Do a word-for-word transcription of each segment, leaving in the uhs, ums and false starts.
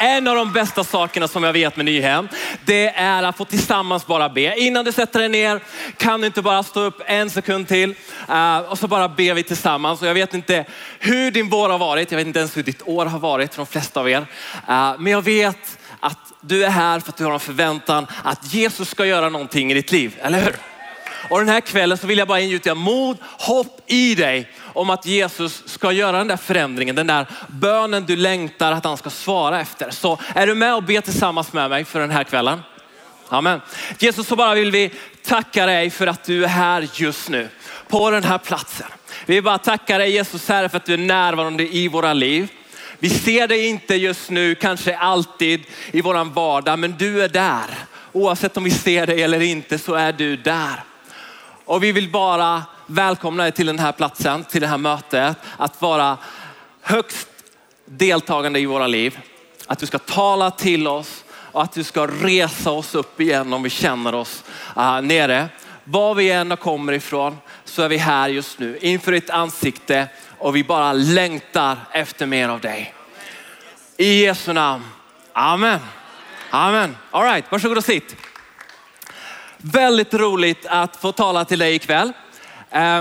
En av de bästa sakerna som jag vet med Nyhem, det är att få tillsammans bara be. Innan du sätter dig ner kan du inte bara stå upp en sekund till uh, och så bara ber vi tillsammans. Och jag vet inte hur din vår har varit, jag vet inte ens hur ditt år har varit för de flesta av er. Uh, men jag vet att du är här för att du har en förväntan att Jesus ska göra någonting i ditt liv, eller hur? Och den här kvällen så vill jag bara ingjuta mod, hopp i dig om att Jesus ska göra den där förändringen. Den där bönen du längtar att han ska svara efter. Så är du med och ber tillsammans med mig för den här kvällen? Amen. Jesus, så bara vill vi tacka dig för att du är här just nu på den här platsen. Vi vill bara tacka dig Jesus här för att du är närvarande i våra liv. Vi ser dig inte just nu, kanske alltid i våran vardag, men du är där. Oavsett om vi ser dig eller inte så är du där. Och vi vill bara välkomna dig till den här platsen, till det här mötet. Att vara högst deltagande i våra liv. Att du ska tala till oss och att du ska resa oss upp igen om vi känner oss uh, nere. Var vi än kommer ifrån så är vi här just nu inför ditt ansikte och vi bara längtar efter mer av dig. I Jesu namn. Amen. Amen. All right, varsågod och sitt. Väldigt roligt att få tala till dig ikväll. Uh,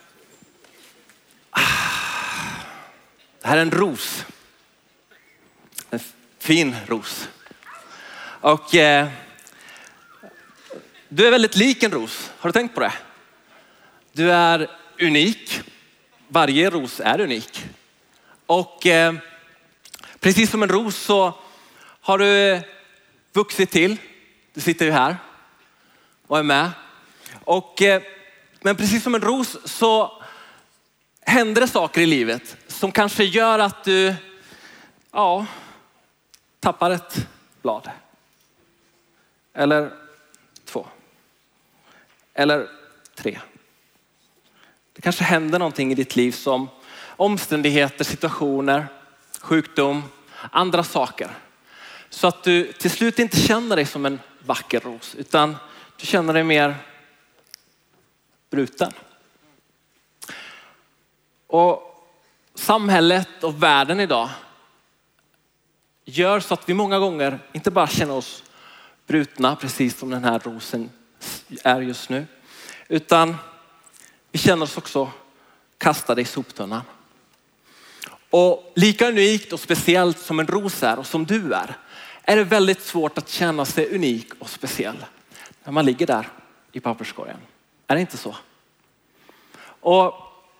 det här är en ros. En fin ros. Och uh, du är väldigt lik en ros. Har du tänkt på det? Du är unik. Varje ros är unik. Och uh, precis som en ros så har du vuxit till. Du sitter ju här och är med. Och, men precis som en ros så händer det saker i livet som kanske gör att du ja, tappar ett blad. Eller två. Eller tre. Det kanske händer någonting i ditt liv som omständigheter, situationer, sjukdom, andra saker. Så att du till slut inte känner dig som en vacker ros utan du känner dig mer bruten. Och samhället och världen idag gör så att vi många gånger inte bara känner oss brutna, precis som den här rosen är just nu, utan vi känner oss också kastade i soptunnan. Och lika unikt och speciellt som en ros är och som du är, är det väldigt svårt att känna sig unik och speciell när man ligger där i papperskorgen. Är det inte så? Och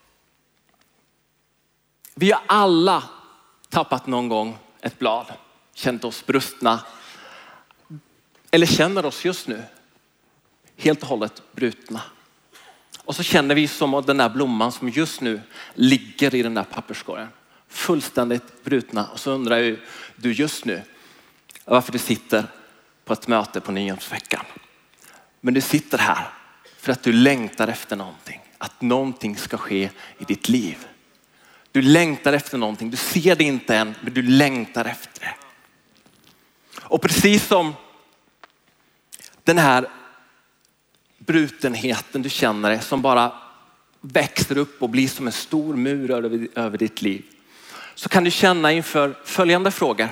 vi har alla tappat någon gång ett blad, känt oss brustna eller känner oss just nu helt och hållet brutna. Och så känner vi som den där blomman som just nu ligger i den där papperskorgen. Fullständigt brutna. Och så undrar ju du just nu varför du sitter på ett möte på nyårsveckan. Men du sitter här för att du längtar efter någonting. Att någonting ska ske i ditt liv. Du längtar efter någonting. Du ser det inte än, men du längtar efter det. Och precis som den här brutenheten du känner det, som bara växer upp och blir som en stor mur över, över ditt liv. Så kan du känna inför följande frågor.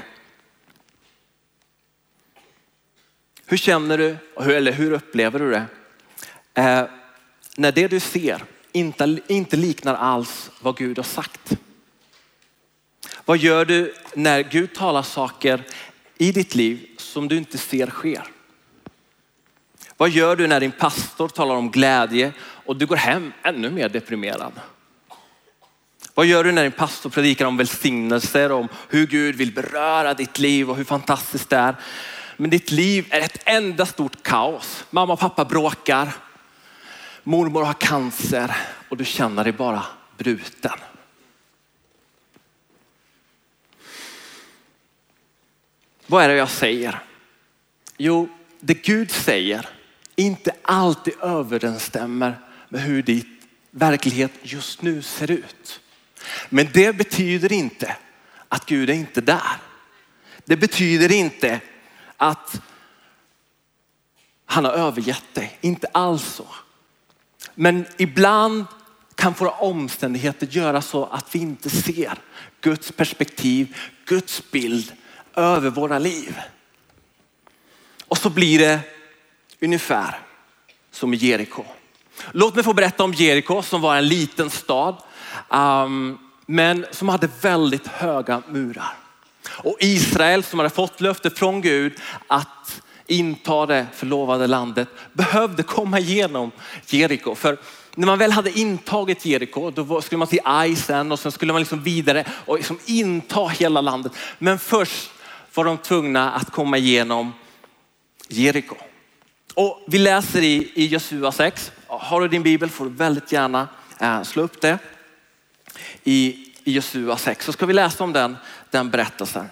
Hur känner du, eller hur upplever du det? Eh, när det du ser inte, inte liknar alls vad Gud har sagt. Vad gör du när Gud talar saker i ditt liv som du inte ser sker? Vad gör du när din pastor talar om glädje och du går hem ännu mer deprimerad? Vad gör du när din pastor predikar om välsignelser, om hur Gud vill beröra ditt liv och hur fantastiskt det är? Men ditt liv är ett enda stort kaos. Mamma och pappa bråkar. Mormor har cancer och du känner dig bara bruten. Vad är det jag säger? Jo, det Gud säger inte alltid överensstämmer med hur ditt verklighet just nu ser ut. Men det betyder inte att Gud är inte där. Det betyder inte att han har övergett dig. Inte alls så. Men ibland kan våra omständigheter göra så att vi inte ser Guds perspektiv, Guds bild över våra liv. Och så blir det ungefär som i Jeriko. Låt mig få berätta om Jeriko som var en liten stad. Um, men som hade väldigt höga murar. Och Israel som hade fått löfte från Gud att inta det förlovade landet behövde komma igenom Jeriko. För när man väl hade intagit Jeriko, då skulle man till Ai sen och sen skulle man liksom vidare och liksom inta hela landet. Men först var de tvungna att komma igenom Jeriko. Och vi läser i, i Josua sex. Har du din bibel får du väldigt gärna eh, slå upp det. I, i Josua sex så ska vi läsa om den, den berättelsen.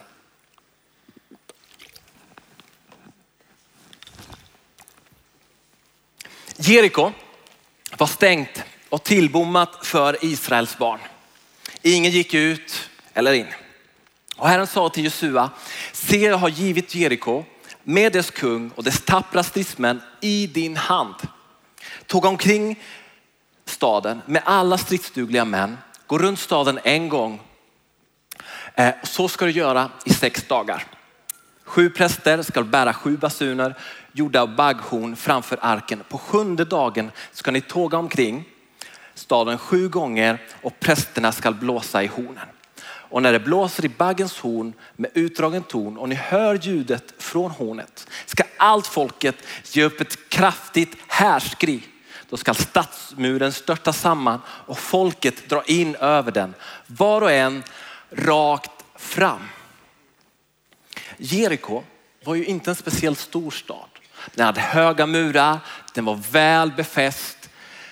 Jeriko var stängt och tillbommat för Israels barn. Ingen gick ut eller in. Och Herren sa till Josua: se, jag har givit Jeriko med dess kung och dess tappra stridsmän i din hand. Tåg omkring staden med alla stridsdugliga män. Gå runt staden en gång. Eh, så ska du göra i sex dagar. Sju präster ska bära sju basuner gjorda av bagghorn framför arken. På sjunde dagen ska ni tåga omkring staden sju gånger och prästerna ska blåsa i hornen. Och när det blåser i baggens horn med utdragen ton och ni hör ljudet från hornet ska allt folket ge upp ett kraftigt härskri. Då ska stadsmuren störta samman och folket dra in över den. Var och en rakt fram. Jeriko var ju inte en speciellt stor stad. Den hade höga murar, den var väl befäst.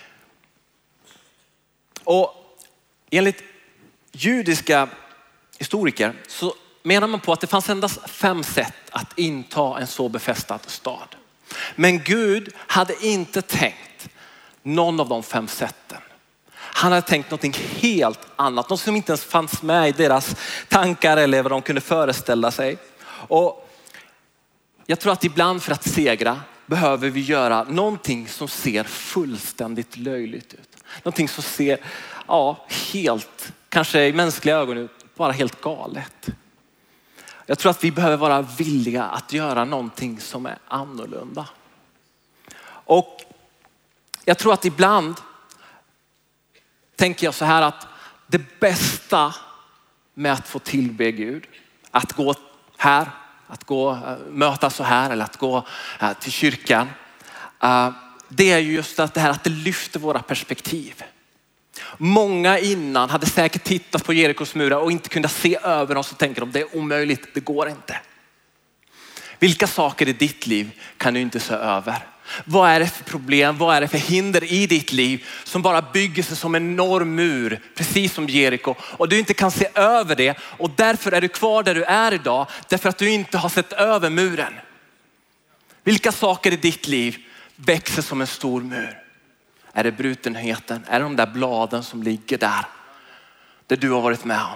Och enligt judiska historiker så menar man på att det fanns endast fem sätt att inta en så befästad stad. Men Gud hade inte tänkt någon av de fem sätten. Han hade tänkt någonting helt annat. Något som inte ens fanns med i deras tankar eller vad de kunde föreställa sig. Och jag tror att ibland för att segra behöver vi göra någonting som ser fullständigt löjligt ut. Någonting som ser ja, helt, kanske i mänskliga ögon ut, bara helt galet. Jag tror att vi behöver vara villiga att göra någonting som är annorlunda. Och jag tror att ibland tänker jag så här att det bästa med att få tillbe Gud, att gå här, att gå möta så här eller att gå till kyrkan. Det är ju just att det här att det lyfter våra perspektiv. Många innan hade säkert tittat på Jerikos murar och inte kunnat se över dem, så tänker de det är omöjligt, det går inte. Vilka saker i ditt liv kan du inte se över? Vad är det för problem? Vad är det för hinder i ditt liv som bara bygger sig som en enorm mur, precis som Jeriko, och du inte kan se över det och därför är du kvar där du är idag därför att du inte har sett över muren. Vilka saker i ditt liv växer som en stor mur? Är det brutenheten? Är det de där bladen som ligger där där du har varit med om?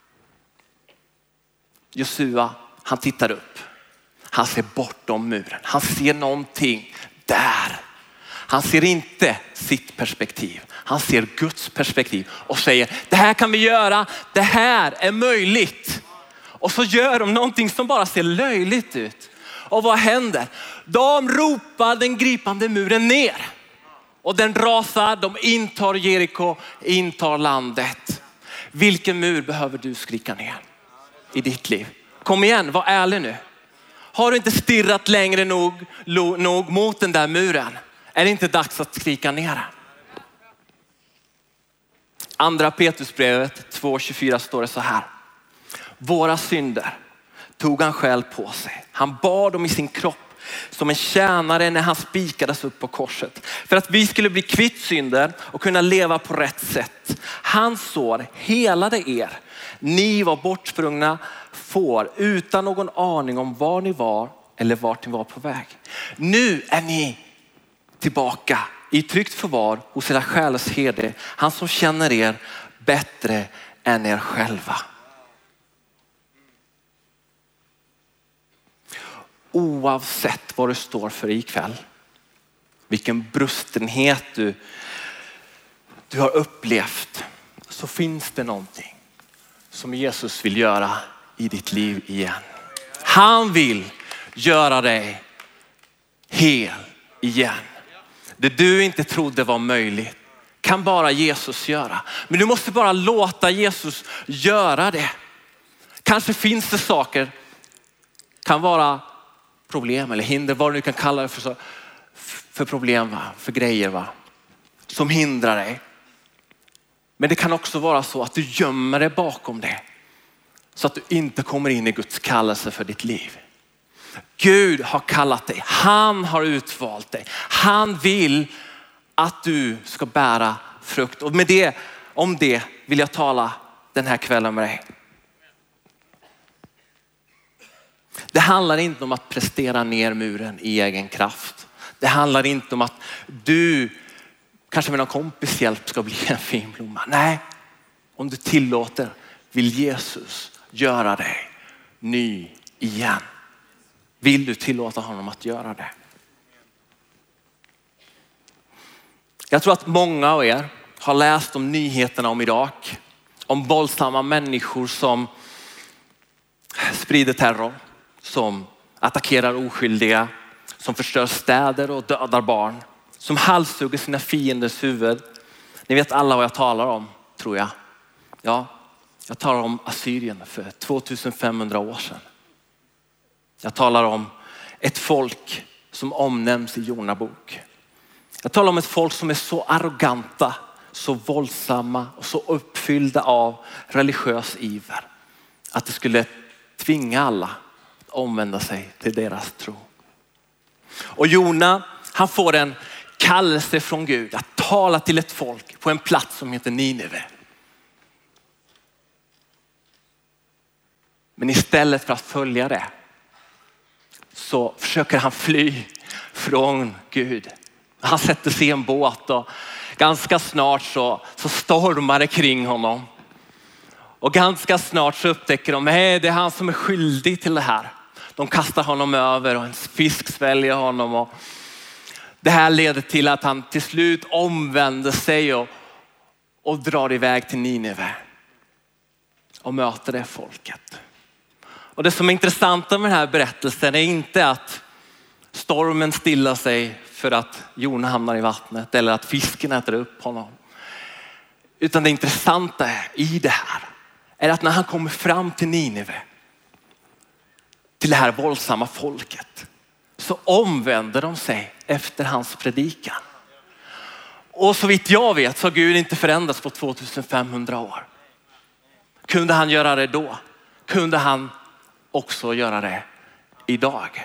Josua, han tittar upp. Han ser bortom muren. Han ser någonting där. Han ser inte sitt perspektiv. Han ser Guds perspektiv och säger, det här kan vi göra. Det här är möjligt. Och så gör de någonting som bara ser löjligt ut. Och vad händer? De ropar den gripande muren ner. Och den rasar, de intar Jeriko, intar landet. Vilken mur behöver du skrika ner i ditt liv? Kom igen, var ärlig nu. Har du inte stirrat längre nog, nog mot den där muren? Är det inte dags att skrika ner den? Andra Petrusbrevet två tjugofyra står det så här. Våra synder tog han själv på sig. Han bar dem i sin kropp som en tjänare när han spikades upp på korset. För att vi skulle bli kvitt synder och kunna leva på rätt sätt. Hans sår helade er. Ni var bortsprungna får utan någon aning om var ni var eller vart ni var på väg. Nu är ni tillbaka i tryggt förvar hos era själs herde. Han som känner er bättre än er själva. Oavsett vad du står för ikväll, vilken brustenhet du, du har upplevt, så finns det någonting som Jesus vill göra i ditt liv igen. Han vill göra dig hel igen. Det du inte trodde var möjligt kan bara Jesus göra. Men du måste bara låta Jesus göra det. Kanske finns det saker, kan vara problem eller hinder, vad du kan kalla det för, för problem, va? För grejer, va? Som hindrar dig. Men det kan också vara så att du gömmer dig bakom det. Så att du inte kommer in i Guds kallelse för ditt liv. Gud har kallat dig. Han har utvalt dig. Han vill att du ska bära frukt. Och med det, om det vill jag tala den här kvällen med dig. Det handlar inte om att prestera ner muren i egen kraft. Det handlar inte om att du kanske med någon kompis hjälp ska bli en fin blomma. Nej, om du tillåter vill Jesus göra dig ny igen. Vill du tillåta honom att göra det? Jag tror att många av er har läst om nyheterna om Irak. Om våldsamma människor som sprider terror. Som attackerar oskyldiga. Som förstör städer och dödar barn. Som halshugger sina fienders huvud. Ni vet alla vad jag talar om, tror jag. Ja, jag talar om Assyrien för tvåtusenfemhundra år sedan. Jag talar om ett folk som omnämns i Jona bok. Jag talar om ett folk som är så arroganta, så våldsamma och så uppfyllda av religiös iver. Att det skulle tvinga alla att omvända sig till deras tro. Och Jona, han får en kallelse från Gud att tala till ett folk på en plats som heter Nineve. Men istället för att följa det så försöker han fly från Gud. Han sätter sig i en båt och ganska snart så, så stormar det kring honom. Och ganska snart så upptäcker de att det är han som är skyldig till det här. De kastar honom över och en fisk sväljer honom. Och det här leder till att han till slut omvänder sig och, och drar iväg till Nineve. Och möter det folket. Och det som är intressant med den här berättelsen är inte att stormen stillar sig för att Jona hamnar i vattnet eller att fisken äter upp honom. Utan det intressanta i det här är att när han kommer fram till Nineve, till det här våldsamma folket, så omvänder de sig efter hans predikan. Och så vitt jag vet så har Gud inte förändrats på tvåtusenfemhundra år. Kunde han göra det då? Kunde han också göra det idag?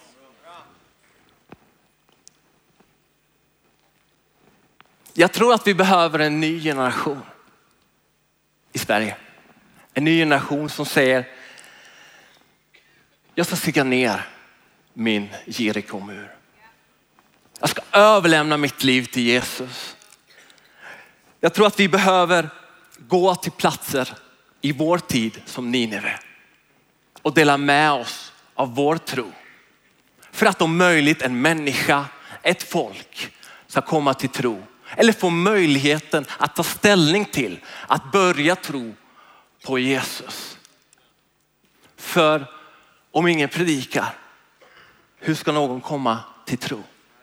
Jag tror att vi behöver en ny generation i Sverige. En ny generation som säger: jag ska stiga ner min Jeriko-mur. Jag ska överlämna mitt liv till Jesus. Jag tror att vi behöver gå till platser i vår tid som Nineve och dela med oss av vår tro. För att om möjligt en människa, ett folk ska komma till tro. Eller få möjligheten att ta ställning till att börja tro på Jesus. För om ingen predikar, hur ska någon komma till tro?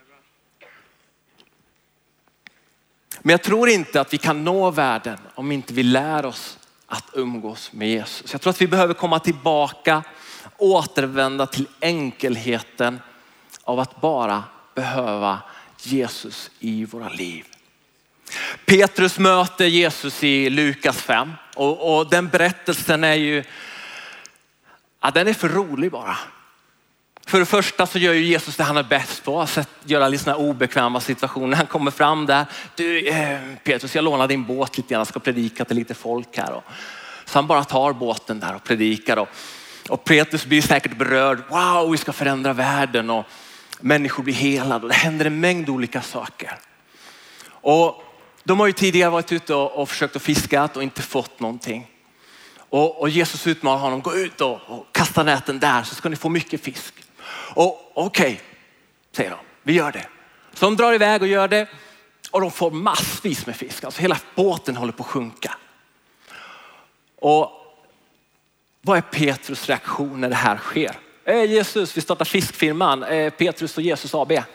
Men jag tror inte att vi kan nå världen om inte vi lär oss att umgås med Jesus. Jag tror att vi behöver komma tillbaka, återvända till enkelheten av att bara behöva Jesus i våra liv. Petrus möter Jesus i Lukas fem och, och den berättelsen är ju, ja, den är för rolig bara. För det första så gör ju Jesus det han är bäst på, att göra lite såna obekväma situationer. Han kommer fram där: du eh, Petrus, jag lånar din båt lite grann, jag ska predika till lite folk här. Och, så han bara tar båten där och predikar. Och, och Petrus blir säkert berörd. Wow, vi ska förändra världen och människor blir helade. Och det händer en mängd olika saker. Och de har ju tidigare varit ute och, och försökt att fiska och inte fått någonting. Och, och Jesus utmanar honom: gå ut och, och kasta näten där så ska ni få mycket fisk. Och okej, okay, säger de, vi gör det. Så de drar iväg och gör det. Och de får massvis med fisk. Alltså hela båten håller på att sjunka. Och vad är Petrus reaktion när det här sker? Eh, Jesus, vi startar fiskfirman. Eh, Petrus och Jesus A B.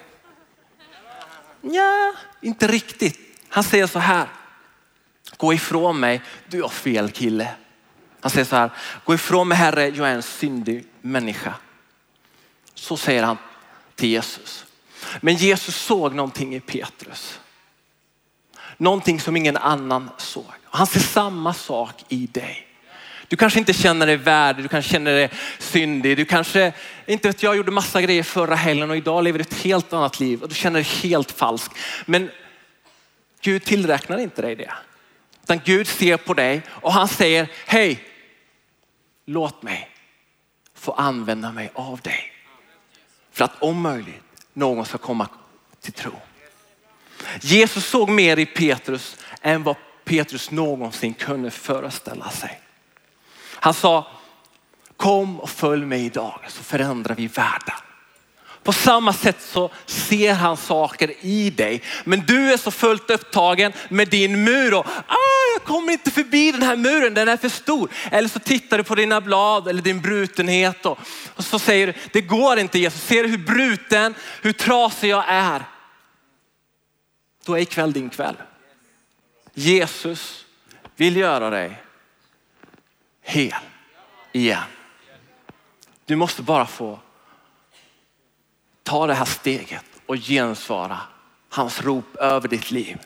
Ja, inte riktigt. Han säger så här. Gå ifrån mig, du är fel kille. Han säger så här. Gå ifrån mig Herre, jag är en syndig människa. Så säger han till Jesus. Men Jesus såg någonting i Petrus. Någonting som ingen annan såg. Han ser samma sak i dig. Du kanske inte känner dig värd, du kanske känner dig syndig. Du kanske, inte vet jag, gjorde massa grejer förra helgen och idag lever ett helt annat liv. Och du känner dig helt falsk. Men Gud tillräknar inte dig det. Utan Gud ser på dig och han säger, hej, låt mig få använda mig av dig. För att om möjligt någon ska komma till tro. Jesus såg mer i Petrus än vad Petrus någonsin kunde föreställa sig. Han sa, kom och följ mig idag så förändrar vi världen. På samma sätt så ser han saker i dig. Men du är så fullt upptagen med din mur och ah, jag kommer inte förbi den här muren, den är för stor. Eller så tittar du på dina blad eller din brutenhet och, och så säger du, det går inte Jesus. Ser du hur bruten, hur trasig jag är? Då är ikväll din kväll. Jesus vill göra dig hel igen. Du måste bara få ta det här steget och gensvara hans rop över ditt liv.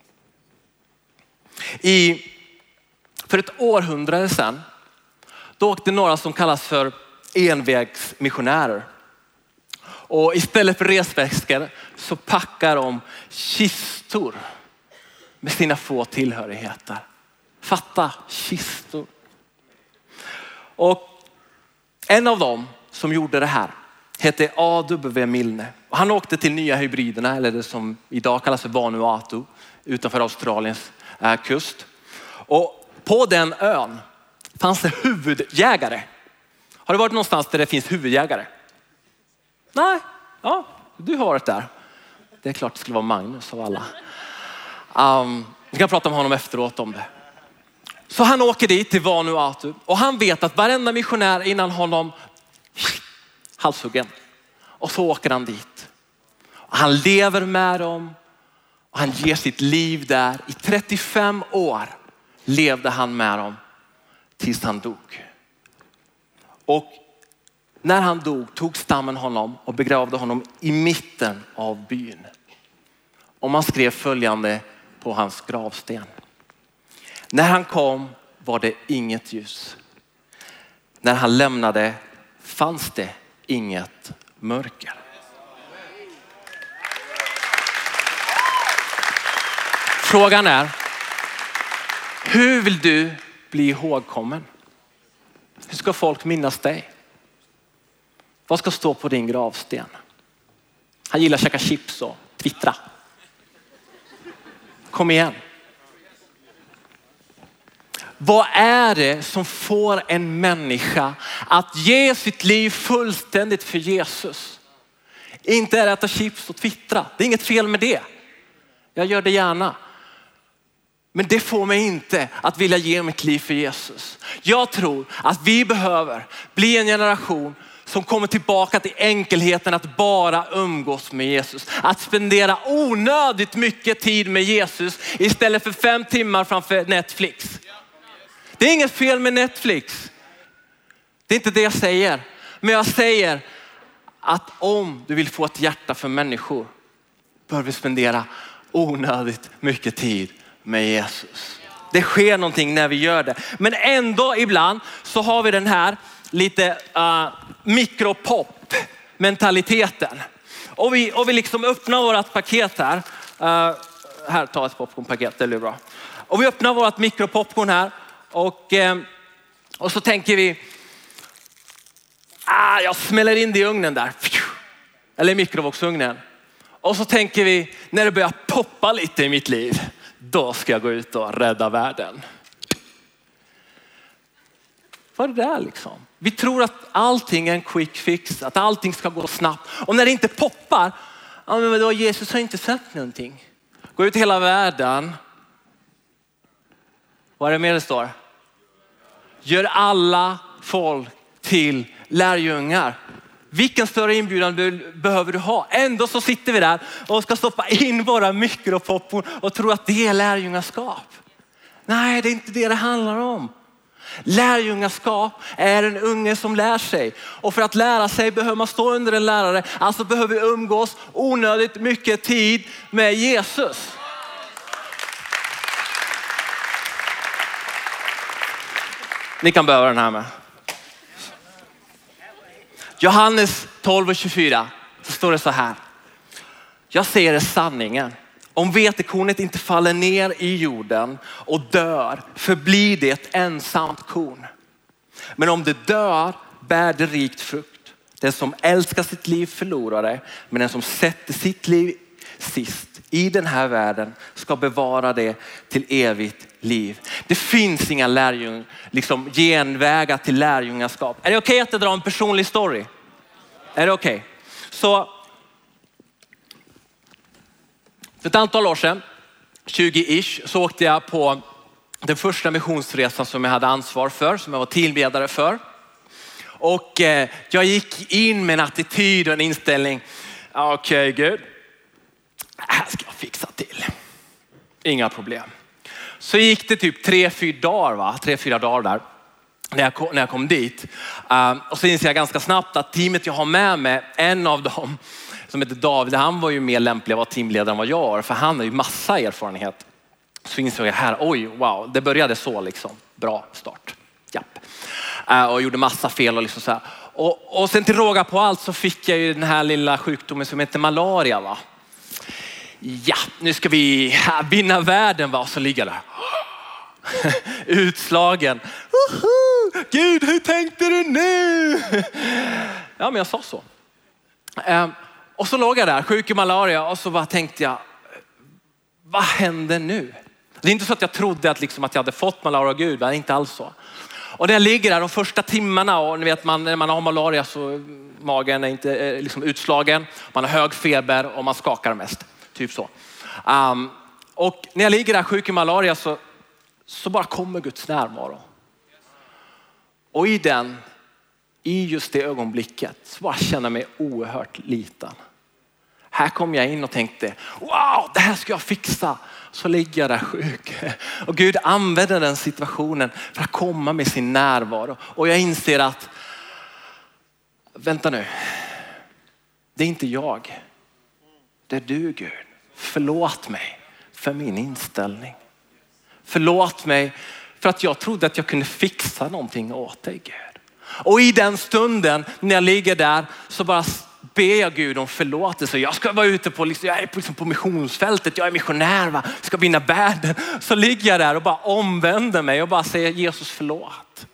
I, för ett århundrade sedan, då åkte några som kallas för envägsmissionärer. Och istället för resväskor så packar de kistor med sina få tillhörigheter. Fatta, kistor. Och en av dem som gjorde det här hette A W Milne. Och han åkte till Nya Hybriderna, eller det som idag kallas för Vanuatu, utanför Australiens äh, kust. Och på den ön fanns det huvudjägare. Har du varit någonstans där det finns huvudjägare? Nej, ja, du har varit där. Det är klart det skulle vara Magnus av alla. Um, vi kan prata med honom efteråt om det. Så han åker dit till Vanuatu och han vet att varenda missionär innan honom halshuggen. Och så åker han dit. Och han lever med dem och han ger sitt liv där. I trettiofem år levde han med dem tills han dog. Och när han dog tog stammen honom och begravde honom i mitten av byn. Och man skrev följande på hans gravsten. När han kom var det inget ljus. När han lämnade fanns det inget mörker. Frågan är, hur vill du bli ihågkommen? Hur ska folk minnas dig? Vad ska stå på din gravsten? Han gillar att käka chips och twittra. Kom igen. Vad är det som får en människa att ge sitt liv fullständigt för Jesus? Inte är det att äta chips och twittra. Det är inget fel med det. Jag gör det gärna. Men det får mig inte att vilja ge mitt liv för Jesus. Jag tror att vi behöver bli en generation som kommer tillbaka till enkelheten att bara umgås med Jesus. Att spendera onödigt mycket tid med Jesus istället för fem timmar framför Netflix. Det är inget fel med Netflix. Det är inte det jag säger. Men jag säger att om du vill få ett hjärta för människor bör vi spendera onödigt mycket tid med Jesus. Det sker någonting när vi gör det. Men ändå ibland så har vi den här lite uh, mikropop mentaliteten. Och vi, och vi liksom öppnar vårat paket här. Uh, här, ta ett popcornpaket, det är bra. Och vi öppnar vårat mikropopcorn här. Och, uh, och så tänker vi, ah, jag smäller in det i ugnen där. Eller i mikrovågsugnen. Och så tänker vi, när det börjar poppa lite i mitt liv, då ska jag gå ut och rädda världen. Vad är det där liksom? Vi tror att allting är en quick fix, att allting ska gå snabbt. Och när det inte poppar, ja men då Jesus har inte sagt någonting. Gå ut i hela världen. Vad är det mer det står? Gör alla folk till lärjungar. Vilken större inbjudan behöver du ha? Ändå så sitter vi där och ska stoppa in våra mikropopcorn och tro att det är lärjungaskap. Nej, det är inte det det handlar om. Lärjungaskap är en unge som lär sig. Och för att lära sig behöver man stå under en lärare. Alltså behöver vi umgås onödigt mycket tid med Jesus. Ni kan behöva den här med. Johannes tolv och tjugofyra så står det så här. Jag säger sanningen. Om vetekornet inte faller ner i jorden och dör förblir det ett ensamt korn. Men om det dör bär det rikt frukt. Den som älskar sitt liv förlorar det. Men den som sätter sitt liv sist i den här världen ska bevara det till evigt liv. Det finns inga lärjung, liksom genvägar till lärjungaskap. Är det okej okay att jag drar en personlig story? Är det okej? Okay? Så för ett antal år sedan, tjugo-ish, så åkte jag på den första missionsresan som jag hade ansvar för, som jag var teamledare för. Och eh, jag gick in med en attityd och en inställning. Okej, okay, Gud. Här ska jag fixa till. Inga problem. Så gick det typ tre, fyra dagar, va? Tre, fyra dagar där. När jag kom, när jag kom dit. Uh, och så inser jag ganska snabbt att teamet jag har med mig, en av dem som heter David, han var ju mer lämplig att vara teamledare än vad jag var. För han har ju massa erfarenhet. Så insåg jag här, oj, wow, det började så liksom. Bra start. Japp. Uh, och gjorde massa fel och liksom så här. Och, och sen till råga på allt så fick jag ju den här lilla sjukdomen som heter malaria, va. Ja, nu ska vi vinna världen, va. Så ligger där. Utslagen. Woho! Gud, hur tänkte du nu? Ja, men jag sa så. Um, och så låg jag där, sjuk i malaria. Och så bara tänkte jag, vad händer nu? Det är inte så att jag trodde att, liksom, att jag hade fått malaria av Gud. Det är inte alls så. Och när jag ligger där de första timmarna, och ni vet, man, när man har malaria så magen är inte eh, liksom utslagen. Man har hög feber och man skakar mest. Typ så. Um, och när jag ligger där sjuk i malaria så, så bara kommer Guds närvaro. Och i den, i just det ögonblicket så bara känner jag mig oerhört liten. Här kom jag in och tänkte, wow, det här ska jag fixa. Så ligger jag där sjuk. Och Gud använder den situationen för att komma med sin närvaro. Och jag inser att, vänta nu, det är inte jag. Det är du, Gud. Förlåt mig för min inställning. Förlåt mig för att jag trodde att jag kunde fixa någonting åt dig, Gud. Och i den stunden när jag ligger där så bara ber jag Gud om förlåtelse. Jag ska vara ute på, liksom, jag är på, liksom på missionsfältet. Jag är missionär, va? Ska vinna världen. Så ligger jag där och bara omvänder mig och bara säger Jesus förlåt.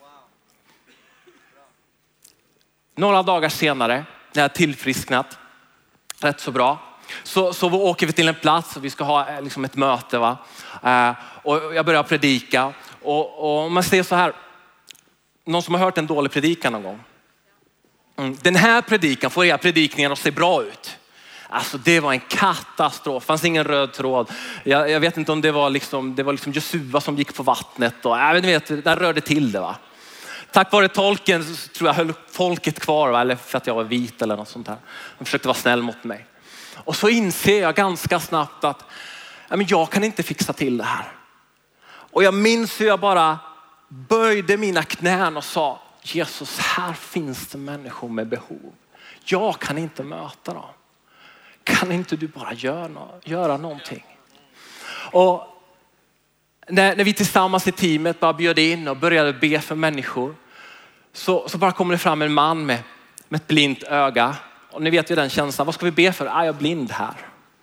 Några dagar senare när jag tillfrisknat rätt så bra. Så, så åker vi till en plats och vi ska ha liksom ett möte, va? Uh, och jag börjar predika. Och, och man säger så här. Någon som har hört en dålig predikan någon gång? Mm. Den här predikan får era predikningar att se bra ut. Alltså det var en katastrof. Det fanns ingen röd tråd. Jag, jag vet inte om det var liksom, det var liksom Josua som gick på vattnet. Och, jag vet, där rörde till det, va. Tack vare tolken så tror jag höll folket kvar, va? Eller för att jag var vit eller något sånt här. De försökte vara snäll mot mig. Och så inser jag ganska snabbt att ja, men jag kan inte fixa till det här. Och jag minns hur jag bara böjde mina knän och sa, Jesus, här finns det människor med behov. Jag kan inte möta dem. Kan inte du bara göra, göra någonting? Och när, när vi tillsammans i teamet bara bjöd in och började be för människor, så, så bara kommer det fram en man med, med ett blint öga. Och ni vet ju den känslan. Vad ska vi be för? Ah, jag är blind här.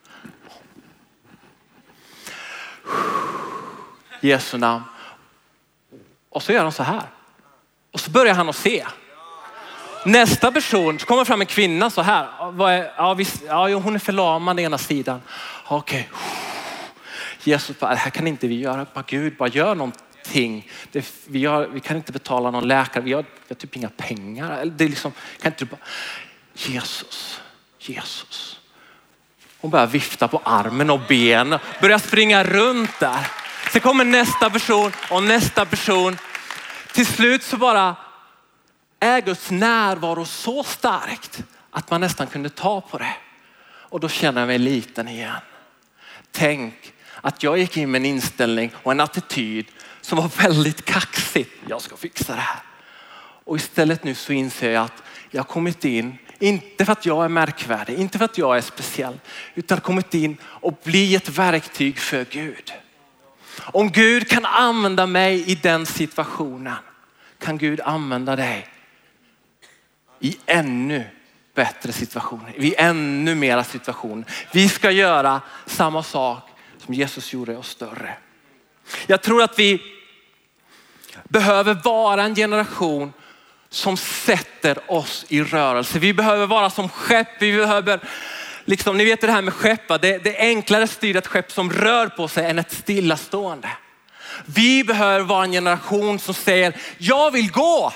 Jesu namn. Och så gör han så här. Och så börjar han att se. Nästa person, så kommer fram en kvinna så här. Ja, visst, ja, hon är förlamad ena sidan. Okej. Okay. Jesus, det här kan inte vi göra. Bara Gud, bara gör någonting. Det, vi, har, vi kan inte betala någon läkare. Vi har, vi har typ inga pengar. Det är liksom, kan inte du bara... Jesus, Jesus. Hon börjar vifta på armen och benen. Börjar springa runt där. Sen kommer nästa person och nästa person. Till slut så bara är Guds närvaro så starkt att man nästan kunde ta på det. Och då känner jag mig liten igen. Tänk att jag gick in med en inställning och en attityd som var väldigt kaxigt. Jag ska fixa det här. Och istället nu så inser jag att jag har kommit in, inte för att jag är märkvärdig, inte för att jag är speciell, utan kommit in och bli ett verktyg för Gud. Om Gud kan använda mig i den situationen, kan Gud använda dig i ännu bättre situationer, i ännu mera situationer. Vi ska göra samma sak som Jesus gjorde oss större. Jag tror att vi behöver vara en generation som sätter oss i rörelse. Vi behöver vara som skepp. Vi behöver, liksom, ni vet det här med skeppa. Det, det är enklare att styra ett skepp som rör på sig än ett stillastående. Vi behöver vara en generation som säger, jag vill gå.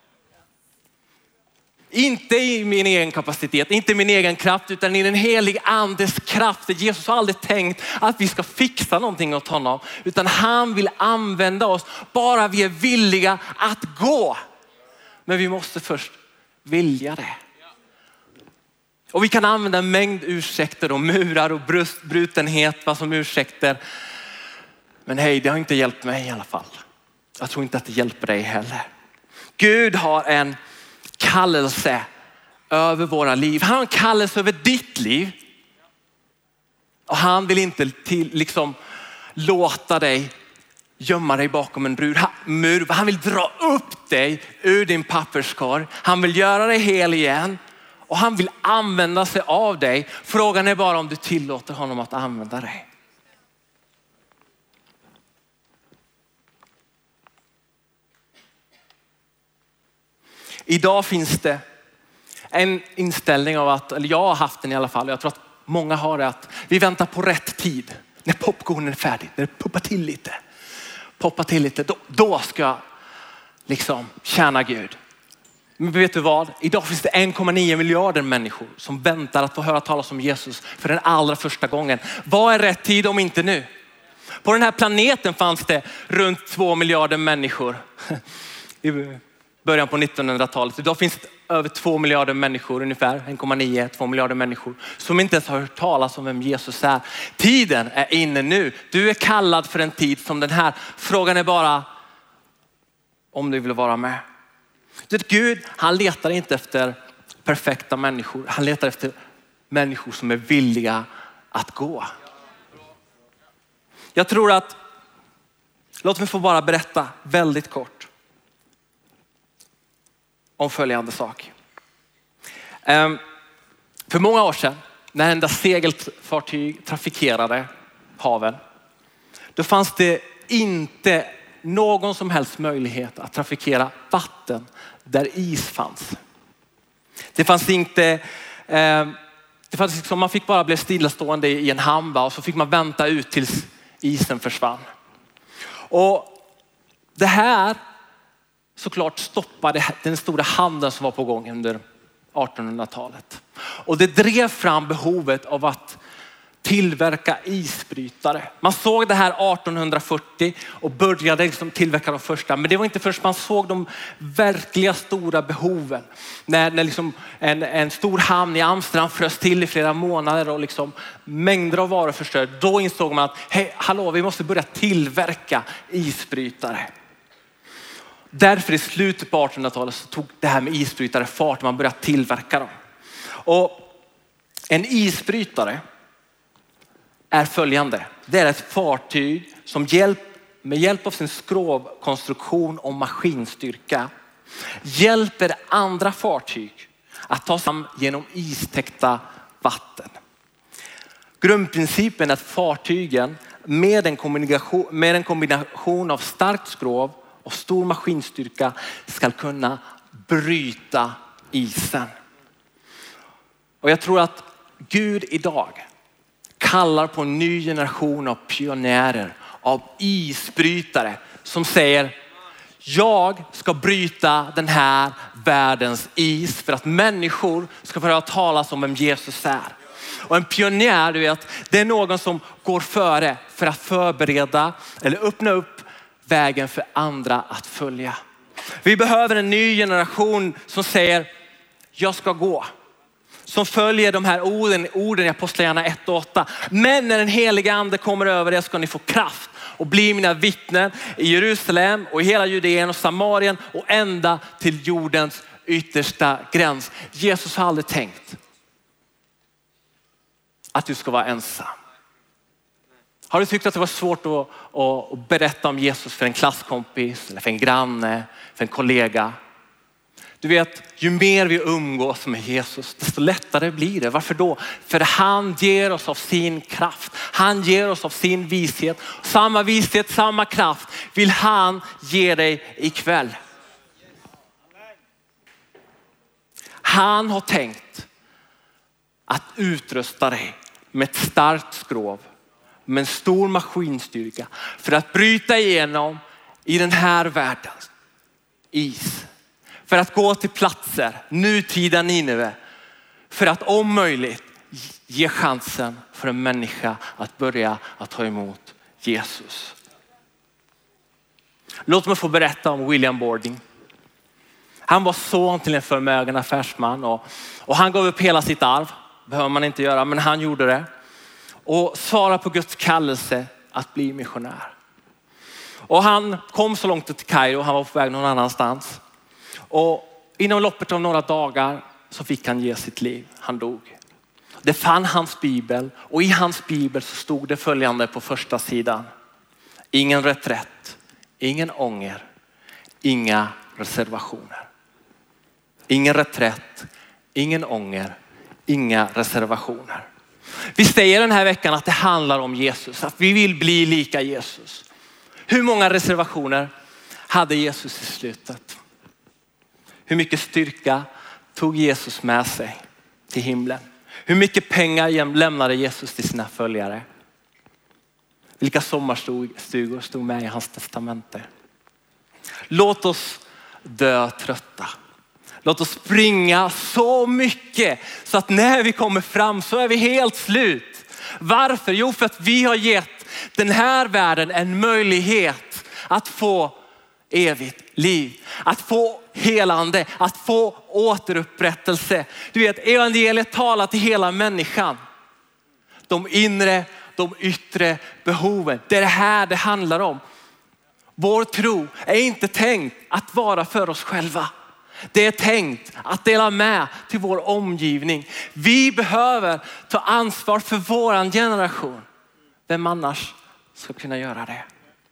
Inte i min egen kapacitet, inte i min egen kraft, utan i den heliga andes kraft. Jesus har aldrig tänkt att vi ska fixa någonting åt honom, utan han vill använda oss bara vi är villiga att gå. Men vi måste först vilja det. Och vi kan använda en mängd ursäkter och murar och brutenhet vad som ursäkter. Men hej, det har inte hjälpt mig i alla fall. Jag tror inte att det hjälper dig heller. Gud har en kallelse över våra liv. Han har en kallelse över ditt liv. Och han vill inte till, liksom, låta dig gömma dig bakom en mur. Han vill dra upp dig ur din papperskorg. Han vill göra dig hel igen. Och han vill använda sig av dig. Frågan är bara om du tillåter honom att använda dig. Idag finns det en inställning av att, eller jag har haft den i alla fall, jag tror att många har det, att vi väntar på rätt tid. När popcornen är färdig, när det poppar till lite. Poppar till lite, då, då ska jag liksom tjäna Gud. Men vet du vad? Idag finns det en komma nio miljarder människor som väntar att få höra talas om Jesus för den allra första gången. Vad är rätt tid om inte nu? På den här planeten fanns det runt två miljarder människor i början på nittonhundratalet. Idag finns det över två miljarder människor, ungefär en komma nio, två miljarder människor som inte ens har hört talas om vem Jesus är. Tiden är inne nu. Du är kallad för en tid som den här. Frågan är bara om du vill vara med. Gud, han letar inte efter perfekta människor. Han letar efter människor som är villiga att gå. Jag tror att, låt mig få bara berätta väldigt kort om följande sak. Um, för många år sedan, när enda segelfartyg trafikerade haven, då fanns det inte någon som helst möjlighet att trafikera vatten där is fanns. Det fanns inte, eh, det fanns liksom, man fick bara bli stillastående i en hamn och så fick man vänta ut tills isen försvann. Och det här såklart stoppade den stora handeln som var på gång under artonhundratalet. Och det drev fram behovet av att tillverka isbrytare. Man såg det här artonhundrafyrtio och började liksom tillverka de första. Men det var inte först man såg de verkliga stora behoven. När, när liksom en, en stor hamn i Amsterdam frös till i flera månader och liksom mängder av varor förstörde. Då insåg man att hej, hallå, vi måste börja tillverka isbrytare. Därför i slutet på artonhundratalet så tog det här med isbrytare fart. Man började tillverka dem. Och en isbrytare är följande. Det är ett fartyg som hjälp, med hjälp av sin skrovkonstruktion och maskinstyrka hjälper andra fartyg att ta sig genom istäckta vatten. Grundprincipen är att fartygen med en kombination, med en kombination av starkt skrov och stor maskinstyrka ska kunna bryta isen. Och jag tror att Gud idag kallar på en ny generation av pionjärer, av isbrytare som säger, jag ska bryta den här världens is för att människor ska få höra talas om vem Jesus är. Och en pionjär, du vet, det är någon som går före för att förbereda eller öppna upp vägen för andra att följa. Vi behöver en ny generation som säger jag ska gå. Som följer de här orden, orden i Apostlagärningarna ett och åtta. Men när den heliga ande kommer över er ska ni få kraft och bli mina vittnen i Jerusalem och i hela Judeen och Samarien och ända till jordens yttersta gräns. Jesus har aldrig tänkt att du ska vara ensam. Har du tyckt att det var svårt att, att berätta om Jesus för en klasskompis eller för en granne, för en kollega? Du vet, ju mer vi umgås med Jesus, desto lättare blir det. Varför då? För han ger oss av sin kraft. Han ger oss av sin vishet. Samma vishet, samma kraft vill han ge dig ikväll. Han har tänkt att utrusta dig med ett starkt skrov, med en stor maskinstyrka för att bryta igenom i den här världens is. För att gå till platser, nutida Nineve, för att om möjligt ge chansen för en människa att börja att ta emot Jesus. Låt mig få berätta om William Bording. Han var son till en förmögen affärsman och, och han gav upp hela sitt arv. Behöver man inte göra, men han gjorde det. Och svarade på Guds kallelse att bli missionär. Och han kom så långt till Kairo, han var på väg någon annanstans. Och inom loppet av några dagar så fick han ge sitt liv. Han dog. Det fann hans bibel och i hans bibel så stod det följande på första sidan. Ingen reträtt, ingen ånger, inga reservationer. Ingen reträtt, ingen ånger, inga reservationer. Vi säger den här veckan att det handlar om Jesus, att vi vill bli lika Jesus. Hur många reservationer hade Jesus i slutet? Hur mycket styrka tog Jesus med sig till himlen? Hur mycket pengar lämnade Jesus till sina följare? Vilka sommarstugor stod med i hans testamente? Låt oss dö trötta. Låt oss springa så mycket så att när vi kommer fram så är vi helt slut. Varför? Jo, för att vi har gett den här världen en möjlighet att få evigt liv. Att få helande, att få återupprättelse. Du vet, evangeliet talar till hela människan. De inre, de yttre behoven. Det är det här det handlar om. Vår tro är inte tänkt att vara för oss själva. Det är tänkt att dela med till vår omgivning. Vi behöver ta ansvar för våran generation. Vem annars ska kunna göra det?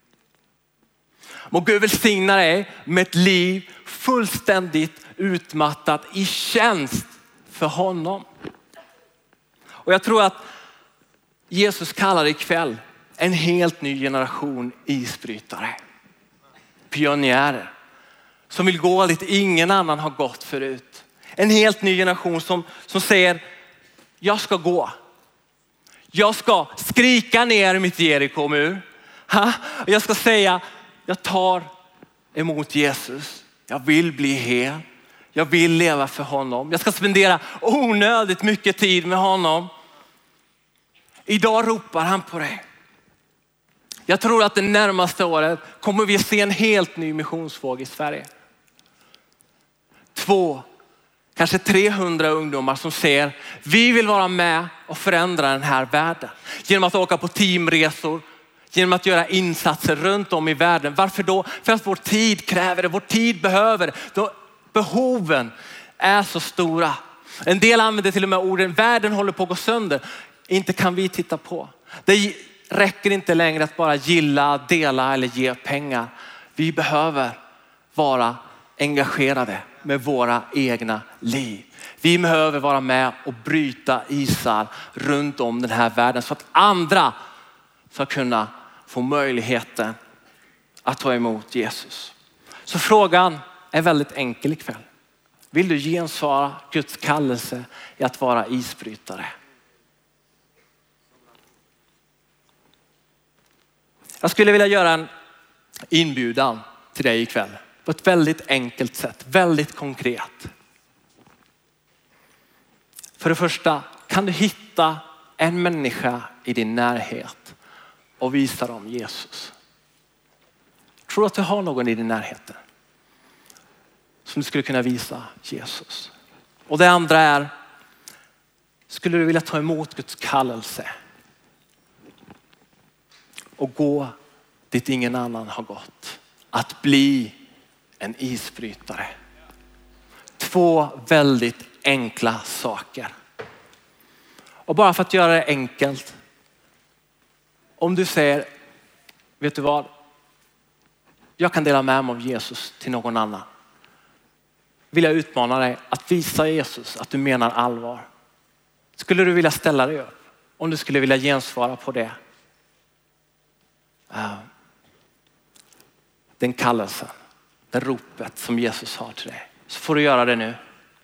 Må Gud välsigna dig med ett liv fullständigt utmattat i tjänst för honom. Och jag tror att Jesus kallar ikväll en helt ny generation isbrytare. Pionjärer. Som vill gå dit ingen annan har gått förut. En helt ny generation som, som säger jag ska gå. Jag ska skrika ner mitt Jeriko-mur. Jag ska säga jag tar emot Jesus. Jag vill bli hel. Jag vill leva för honom. Jag ska spendera onödigt mycket tid med honom. Idag ropar han på dig. Jag tror att det närmaste året kommer vi se en helt ny missionsvåg i Sverige. Två, kanske trehundra ungdomar som säger vi vill vara med och förändra den här världen. Genom att åka på teamresor. Genom att göra insatser runt om i världen. Varför då? För att vår tid kräver det. Vår tid behöver det. Behoven är så stora. En del använder till och med orden världen håller på att gå sönder. Inte kan vi titta på. Det räcker inte längre att bara gilla, dela eller ge pengar. Vi behöver vara engagerade med våra egna liv. Vi behöver vara med och bryta isar runt om den här världen så att andra ska kunna få möjligheten att ta emot Jesus. Så frågan är väldigt enkel ikväll. Vill du gensvara Guds kallelse i att vara isbrytare? Jag skulle vilja göra en inbjudan till dig ikväll. På ett väldigt enkelt sätt. Väldigt konkret. För det första, kan du hitta en människa i din närhet och visa dem Jesus? Tror du att du har någon i din närhet? som du skulle kunna visa Jesus. Och det andra är, skulle du vilja ta emot Guds kallelse och gå dit ingen annan har gått? Att bli en isbrytare. Två väldigt enkla saker. Och bara för att göra det enkelt. Om du säger, vet du vad? Jag kan dela med mig av Jesus till någon annan. Vill jag utmana dig att visa Jesus att du menar allvar. Skulle du vilja ställa dig upp? Om du skulle vilja gensvara på det. Den kallelsen, det ropet som Jesus har till dig. Så får du göra det nu.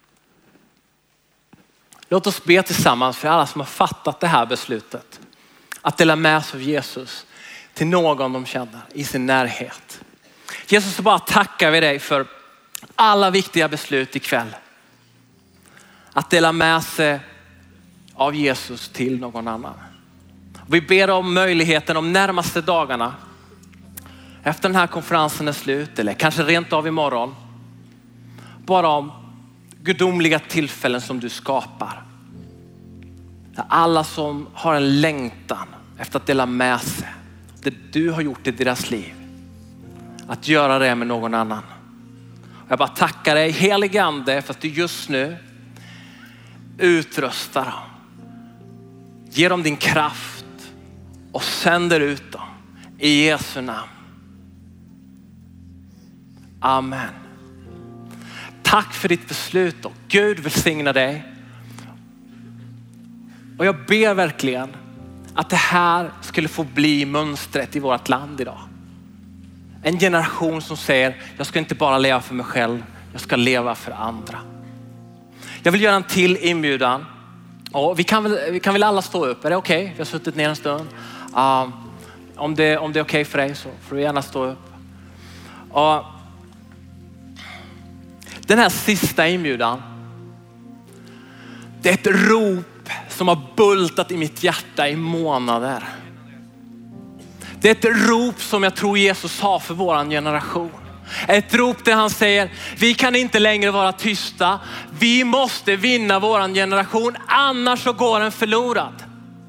Låt oss be tillsammans för alla som har fattat det här beslutet. Att dela med sig av Jesus till någon de känner i sin närhet. Jesus, så bara tackar vi dig för alla viktiga beslut ikväll. Att dela med sig av Jesus till någon annan. Vi ber om möjligheten de närmaste dagarna. Efter den här konferensen är slut eller kanske rent av imorgon. Bara om gudomliga tillfällen som du skapar. Alla som har en längtan efter att dela med sig det du har gjort i deras liv. Att göra det med någon annan. Jag bara tackar dig helige ande för att du just nu utrustar dem. Ger dem din kraft och sänder ut dem i Jesu namn. Amen. Tack för ditt beslut och Gud välsigna dig. Och jag ber verkligen att det här skulle få bli mönstret i vårt land idag. En generation som säger, jag ska inte bara leva för mig själv, jag ska leva för andra. Jag vill göra en till inbjudan. Och vi, kan väl, vi kan väl alla stå upp, är det okej? Okay? Vi har suttit ner en stund. Uh, om, det, om det är okej okay för dig så får du gärna stå upp. Uh, den här sista inbjudan, det är ett rop som har bultat i mitt hjärta i månader. Det är ett rop som jag tror Jesus har för våran generation. Ett rop där han säger, vi kan inte längre vara tysta. Vi måste vinna våran generation, annars så går den förlorad.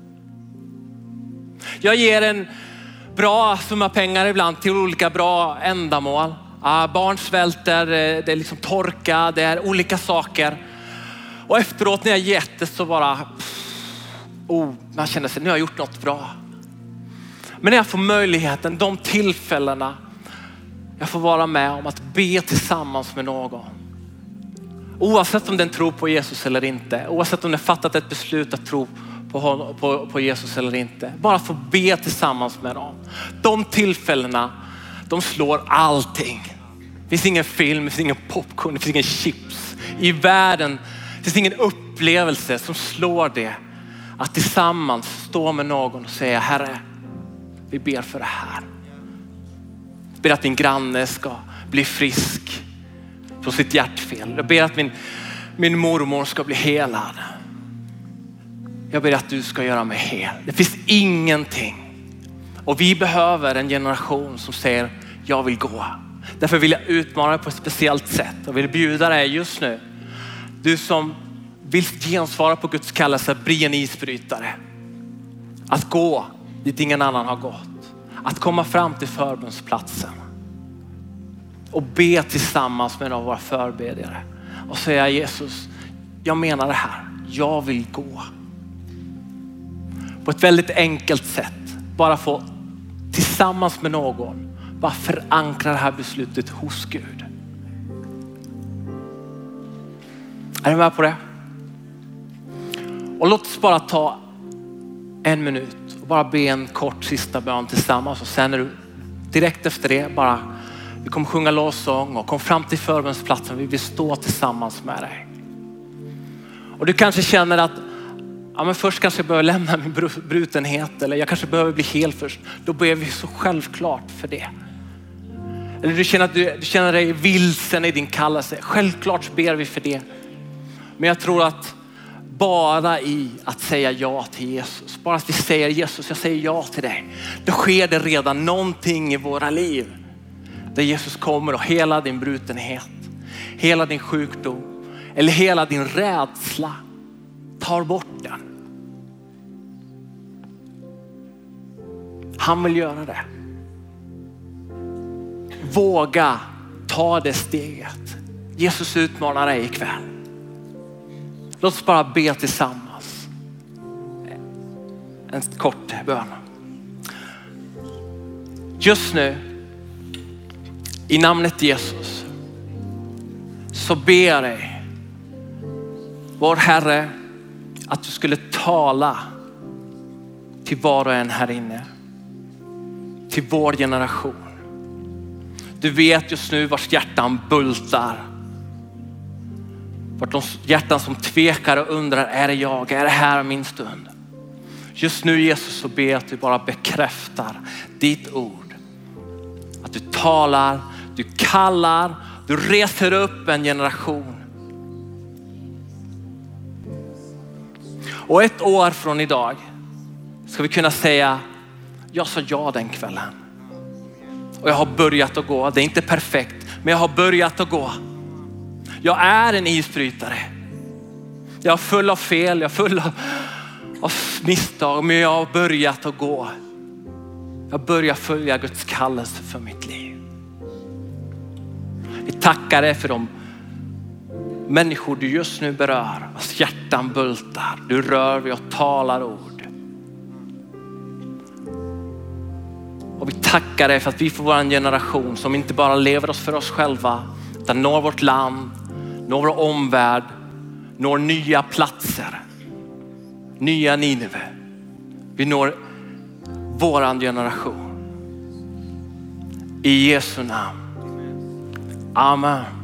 Jag ger en bra summa pengar ibland till olika bra ändamål. Ah, barn svälter, det är liksom torka, det är olika saker. Och efteråt när jag gett det så bara, oh, man känner sig, nu har jag gjort något bra. Men när jag får möjligheten, de tillfällena, jag får vara med om att be tillsammans med någon. Oavsett om den tror på Jesus eller inte. Oavsett om den fattat ett beslut att tro på, honom, på, på Jesus eller inte. Bara få be tillsammans med dem. De tillfällena, de slår allting. Det finns ingen film, det finns ingen popcorn, det finns ingen chips. I världen det finns ingen upplevelse som slår det. Att tillsammans stå med någon och säga, Herre, vi ber för det här. Jag ber att min granne ska bli frisk på sitt hjärtfel. Jag ber att min, min mormor ska bli helad. Jag ber att du ska göra mig hel. Det finns ingenting. Och vi behöver en generation som säger, jag vill gå. Därför vill jag utmana dig på ett speciellt sätt. Och vill bjuda dig just nu. Du som vill gensvara på Guds kallelse, bli en isbrytare. Att gå dit ingen annan har gått. Att komma fram till förbönsplatsen. Och be tillsammans med några av våra förbedjare. Och säga, Jesus, jag menar det här. Jag vill gå. På ett väldigt enkelt sätt. Bara få tillsammans med någon. Bara förankra det här beslutet hos Gud. Är du med på det? Och låt oss bara ta en minut och bara be en kort sista bön tillsammans. Och sen är du direkt efter det bara, vi kommer sjunga lovsång och kom fram till förbönsplatsen. Vi vill stå tillsammans med dig. Och du kanske känner att ja, men först kanske jag behöver lämna min brutenhet eller jag kanske behöver bli hel först. Då ber vi så självklart för det. Eller du känner att du, du känner dig vilsen i din kallelse. Självklart ber vi för det. Men jag tror att bara i att säga ja till Jesus, bara att vi säger Jesus, jag säger ja till dig. Då sker det redan någonting i våra liv. Där Jesus kommer och hela din brutenhet, hela din sjukdom eller hela din rädsla, tar bort den. Han vill göra det. Våga ta det steget. Jesus utmanar dig ikväll. Låt oss bara be tillsammans. En kort bön. Just nu, i namnet Jesus, så ber jag dig, vår Herre, att du skulle tala till var och en här inne. Till vår generation. Du vet just nu vars hjärtan bultar. Vart de hjärtan som tvekar och undrar, är det jag? Är det här min stund? Just nu Jesus, så ber jag att du bara bekräftar ditt ord. Att du talar, du kallar, du reser upp en generation. Och ett år från idag ska vi kunna säga, jag sa ja den kvällen. Och jag har börjat att gå. Det är inte perfekt, men jag har börjat att gå. Jag är en isbrytare. Jag är full av fel, jag är full av, av misstag, men jag har börjat att gå. Jag börjar följa Guds kallelse för mitt liv. Vi tackar dig för de människor du just nu berör. Vars hjärtan bultar. Du rör vid och talar ord. Och vi tackar dig för att vi får vara en generation som inte bara lever oss för oss själva, utan når vårt land, når vår omvärld, når nya platser, nya Nineve. Vi når våran generation. I Jesu namn. Amen.